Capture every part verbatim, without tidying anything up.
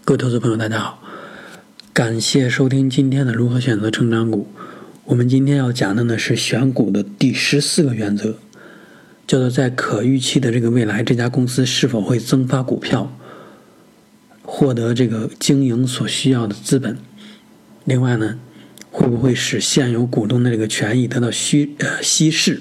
各位投资朋友大家好，感谢收听今天的如何选择成长股。我们今天要讲的呢是选股的第十四个原则，叫做在可预期的这个未来，这家公司是否会增发股票，获得这个经营所需要的资本。另外呢，会不会使现有股东的这个权益得到稀呃稀释？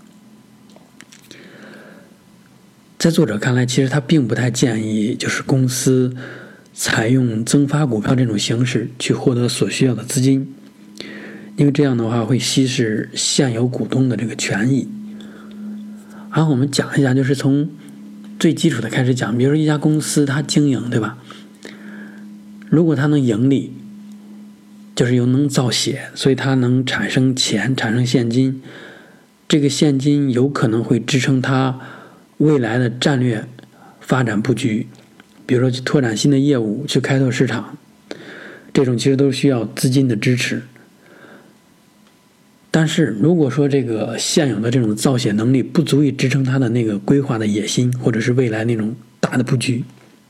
在作者看来，其实他并不太建议就是公司采用增发股票这种形式去获得所需要的资金，因为这样的话会稀释现有股东的这个权益。然后我们讲一下，就是从最基础的开始讲，比如说一家公司它经营，对吧？如果它能盈利，就是又能造血，所以它能产生钱，产生现金，这个现金有可能会支撑它未来的战略发展布局，比如说去拓展新的业务，去开拓市场，这种其实都需要资金的支持。但是如果说这个现有的这种造血能力不足以支撑它的那个规划的野心，或者是未来那种大的布局，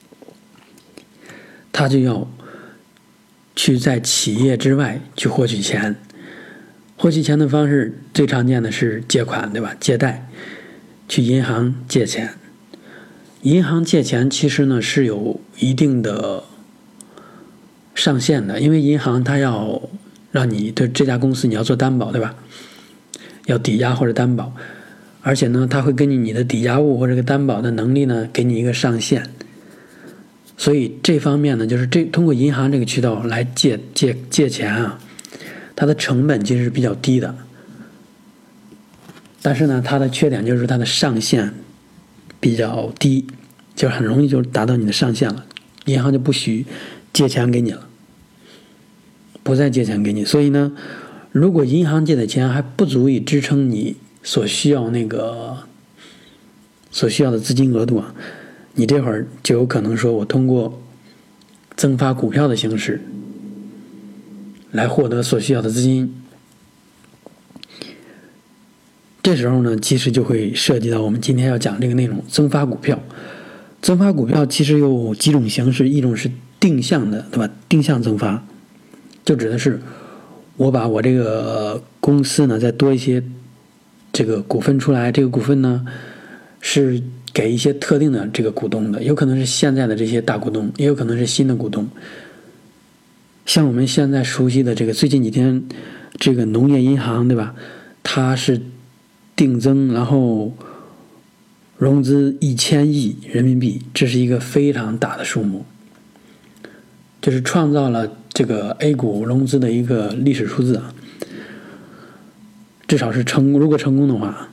它就要去在企业之外去获取钱。获取钱的方式最常见的是借款，对吧？借贷，去银行借钱。银行借钱其实呢是有一定的上限的，因为银行它要让你对这家公司你要做担保，对吧？要抵押或者担保，而且呢它会根据你的抵押物或者个担保的能力呢给你一个上限。所以这方面呢，就是这通过银行这个渠道来借借借钱啊，它的成本其实是比较低的。但是呢，它的缺点就是它的上限比较低，就是很容易就达到你的上限了，银行就不许借钱给你了，不再借钱给你。所以呢，如果银行借的钱还不足以支撑你所需要那个所需要的资金额度啊，你这会儿就有可能说我通过增发股票的形式来获得所需要的资金。这时候呢，其实就会涉及到我们今天要讲这个内容，增发股票。增发股票其实有几种形式，一种是定向的，对吧？定向增发，就指的是我把我这个公司呢再多一些这个股份出来，这个股份呢是给一些特定的这个股东的，有可能是现在的这些大股东，也有可能是新的股东。像我们现在熟悉的这个最近几天这个农业银行，对吧？它是定增，然后融资一千亿人民币，这是一个非常大的数目，就是创造了这个 A 股融资的一个历史数字啊，至少是成如果成功的话。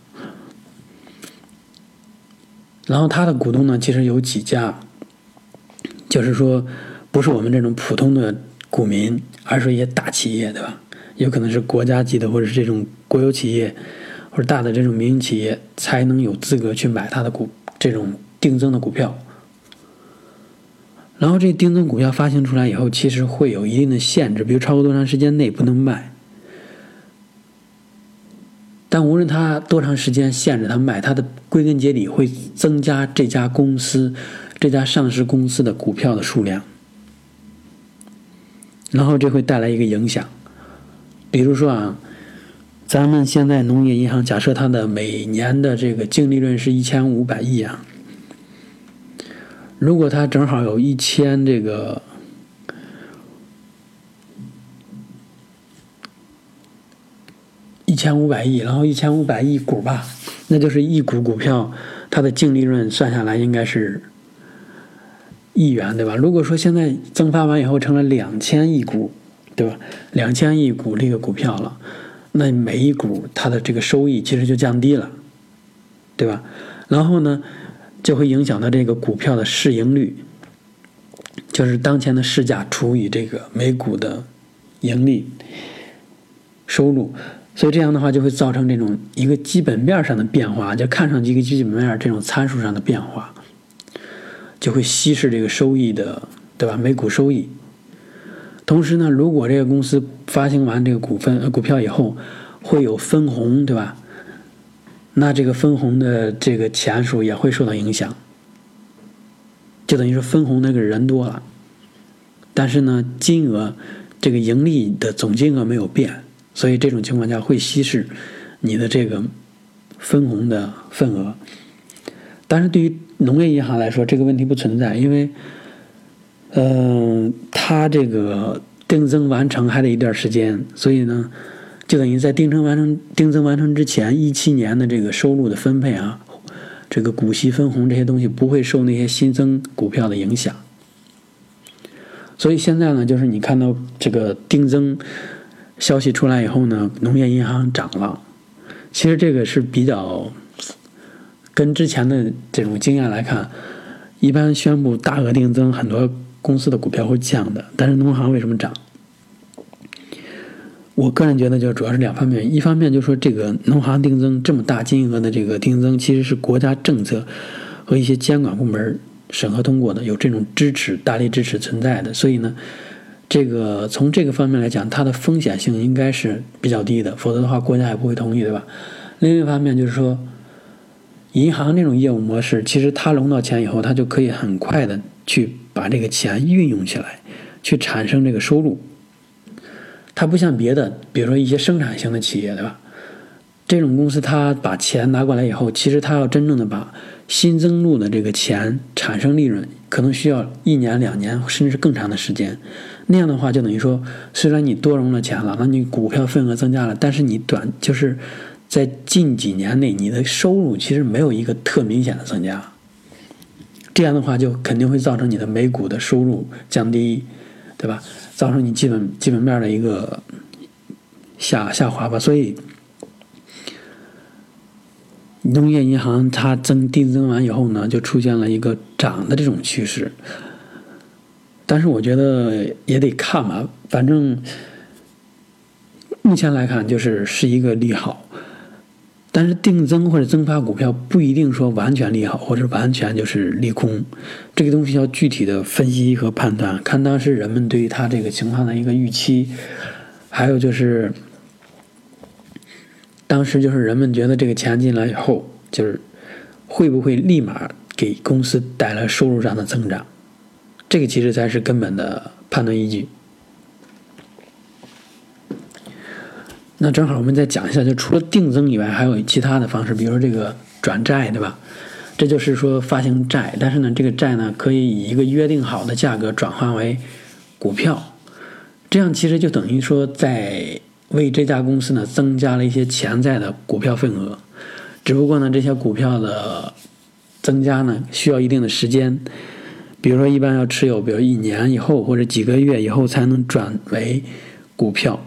然后它的股东呢，其实有几家，就是说不是我们这种普通的股民，而是一些大企业，对吧？有可能是国家级的，或者是这种国有企业，或者大的这种民营企业，才能有资格去买它的股这种定增的股票。然后这定增股票发行出来以后，其实会有一定的限制，比如超过多长时间内不能卖。但无论它多长时间限制它卖，它的归根结底会增加这家公司、这家上市公司的股票的数量，然后这会带来一个影响。比如说啊，咱们现在农业银行假设它的每年的这个净利润是一千五百亿啊，如果它正好有一千这个一千五百亿，然后一千五百亿股吧，那就是一股股票它的净利润算下来应该是亿元，对吧？如果说现在增发完以后成了两千亿股，对吧？两千亿股这个股票了，那每一股它的这个收益其实就降低了，对吧？然后呢，就会影响到这个股票的市盈率，就是当前的市价除以这个每股的盈利收入。所以这样的话就会造成这种一个基本面上的变化，就看上去一个基本面这种参数上的变化，就会稀释这个收益的，对吧？每股收益。同时呢，如果这个公司发行完这个股份、呃、股票以后会有分红，对吧？那这个分红的这个钱数也会受到影响，就等于说分红那个人多了， 但是呢，金额这个盈利的总金额没有变，所以这种情况下会稀释你的这个分红的份额。但是对于农业银行来说，这个问题不存在，因为嗯、呃，它这个定增完成还得一段时间，所以呢，就等于在定增完成定增完成之前，一七年的这个收入的分配啊，这个股息分红这些东西不会受那些新增股票的影响。所以现在呢，就是你看到这个定增消息出来以后呢，农业银行涨了。其实这个是比较跟之前的这种经验来看，一般宣布大额定增，很多公司的股票会降的，但是农行为什么涨？我个人觉得就主要是两方面，一方面就是说这个农行定增这么大金额的这个定增，其实是国家政策和一些监管部门审核通过的，有这种支持大力支持存在的，所以呢，这个从这个方面来讲，它的风险性应该是比较低的，否则的话国家也不会同意，对吧？另一方面就是说，银行这种业务模式，其实它融到钱以后，它就可以很快的去把这个钱运用起来，去产生这个收入。它不像别的，比如说一些生产型的企业，对吧？这种公司它把钱拿过来以后，其实它要真正的把新增入的这个钱产生利润，可能需要一年、两年，甚至是更长的时间。那样的话，就等于说，虽然你多融了钱了，那你股票份额增加了，但是你短就是在近几年内，你的收入其实没有一个特明显的增加。这样的话，就肯定会造成你的每股的收入降低，对吧？造成你基本基本面的一个下下滑吧。所以，农业银行它增定增完以后呢，就出现了一个涨的这种趋势。但是我觉得也得看吧，反正目前来看就是是一个利好。但是定增或者增发股票不一定说完全利好，或者完全就是利空，这个东西要具体的分析和判断，看当时人们对于它这个情况的一个预期，还有就是当时就是人们觉得这个钱进来以后，就是会不会立马给公司带来收入上的增长，这个其实才是根本的判断依据。那正好我们再讲一下，就除了定增以外，还有其他的方式，比如说这个转债，对吧？这就是说发行债，但是呢，这个债呢可以以一个约定好的价格转换为股票，这样其实就等于说在为这家公司呢增加了一些潜在的股票份额。只不过呢，这些股票的增加呢需要一定的时间，比如说一般要持有，比如一年以后或者几个月以后才能转为股票。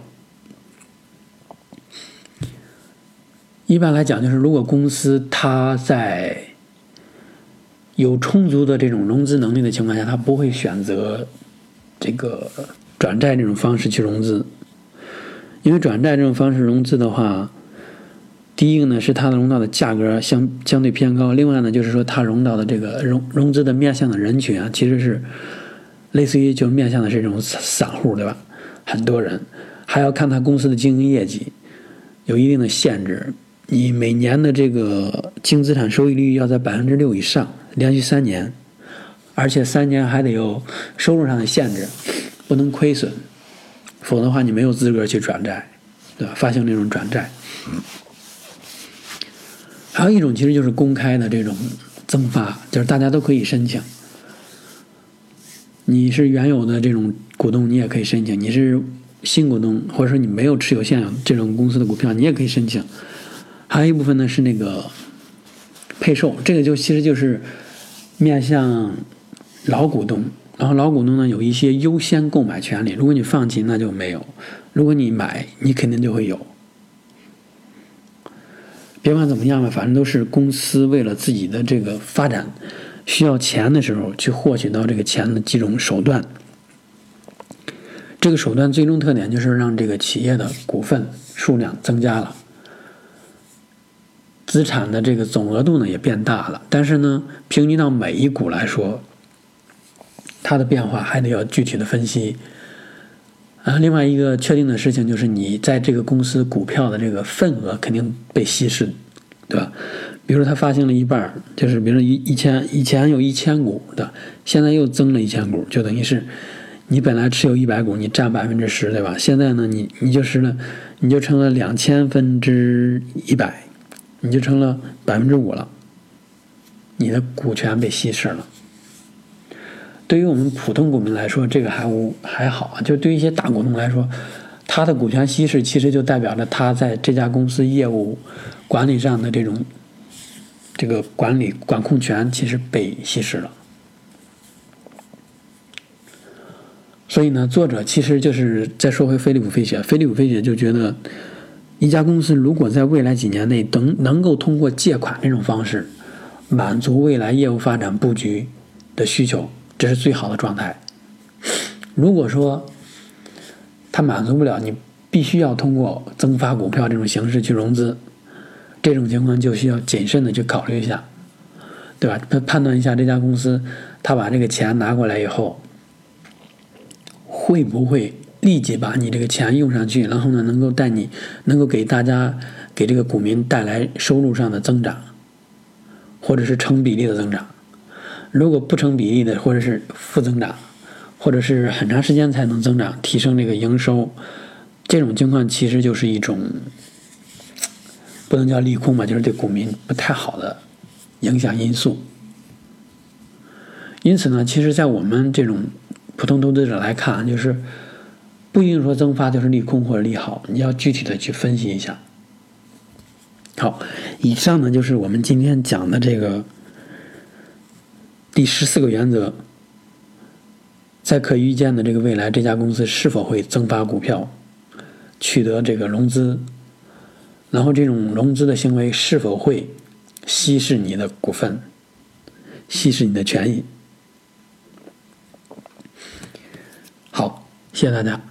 一般来讲，就是如果公司它在有充足的这种融资能力的情况下，它不会选择这个转债这种方式去融资，因为转债这种方式融资的话，第一个呢是它的融到的价格相相对偏高，另外呢就是说它融到的这个融融资的面向的人群啊，其实是类似于就是面向的是这种散户，对吧？很多人还要看它公司的经营业绩，有一定的限制。你每年的这个净资产收益率要在百分之六以上，连续三年，而且三年还得有收入上的限制，不能亏损，否则的话你没有资格去转债，对吧？发行这种转债。还有一种其实就是公开的这种增发，就是大家都可以申请。你是原有的这种股东，你也可以申请；你是新股东，或者说你没有持有现有这种公司的股票，你也可以申请。还有一部分呢是那个配售，这个就其实就是面向老股东，然后老股东呢有一些优先购买权利，如果你放弃那就没有，如果你买你肯定就会有。别管怎么样吧，反正都是公司为了自己的这个发展需要钱的时候去获取到这个钱的几种手段。这个手段最终特点就是让这个企业的股份数量增加了，资产的这个总额度呢也变大了，但是呢，平均到每一股来说，它的变化还得要具体的分析。啊，另外一个确定的事情就是你在这个公司股票的这个份额肯定被稀释，对吧？比如说他发行了一半，就是比如说一一千以前有一千股的，现在又增了一千股，就等于是你本来持有一百股，你占百分之十，对吧？现在呢，你你就失了，你就成了两千分之一百，你就成了百分之五了，你的股权被稀释了。对于我们普通股民来说，这个还无还好啊。就对于一些大股东来说，他的股权稀释其实就代表着他在这家公司业务管理上的这种这个管理管控权其实被稀释了。所以呢，作者其实就是再说回菲利普·费雪，菲利普·费雪就觉得，一家公司如果在未来几年内能能够通过借款这种方式满足未来业务发展布局的需求，这是最好的状态。如果说它满足不了，你必须要通过增发股票这种形式去融资，这种情况就需要谨慎的去考虑一下，对吧？判断一下这家公司他把这个钱拿过来以后，会不会立即把你这个钱用上去，然后呢，能够带你能够给大家给这个股民带来收入上的增长，或者是成比例的增长。如果不成比例的，或者是负增长，或者是很长时间才能增长，提升这个营收，这种情况其实就是一种不能叫利空嘛，就是对股民不太好的影响因素。因此呢，其实在我们这种普通投资者来看，就是不一定说增发就是利空或者利好，你要具体的去分析一下。好，以上呢就是我们今天讲的这个第十四个原则，在可预见的这个未来，这家公司是否会增发股票，取得这个融资，然后这种融资的行为是否会稀释你的股份，稀释你的权益。好，谢谢大家。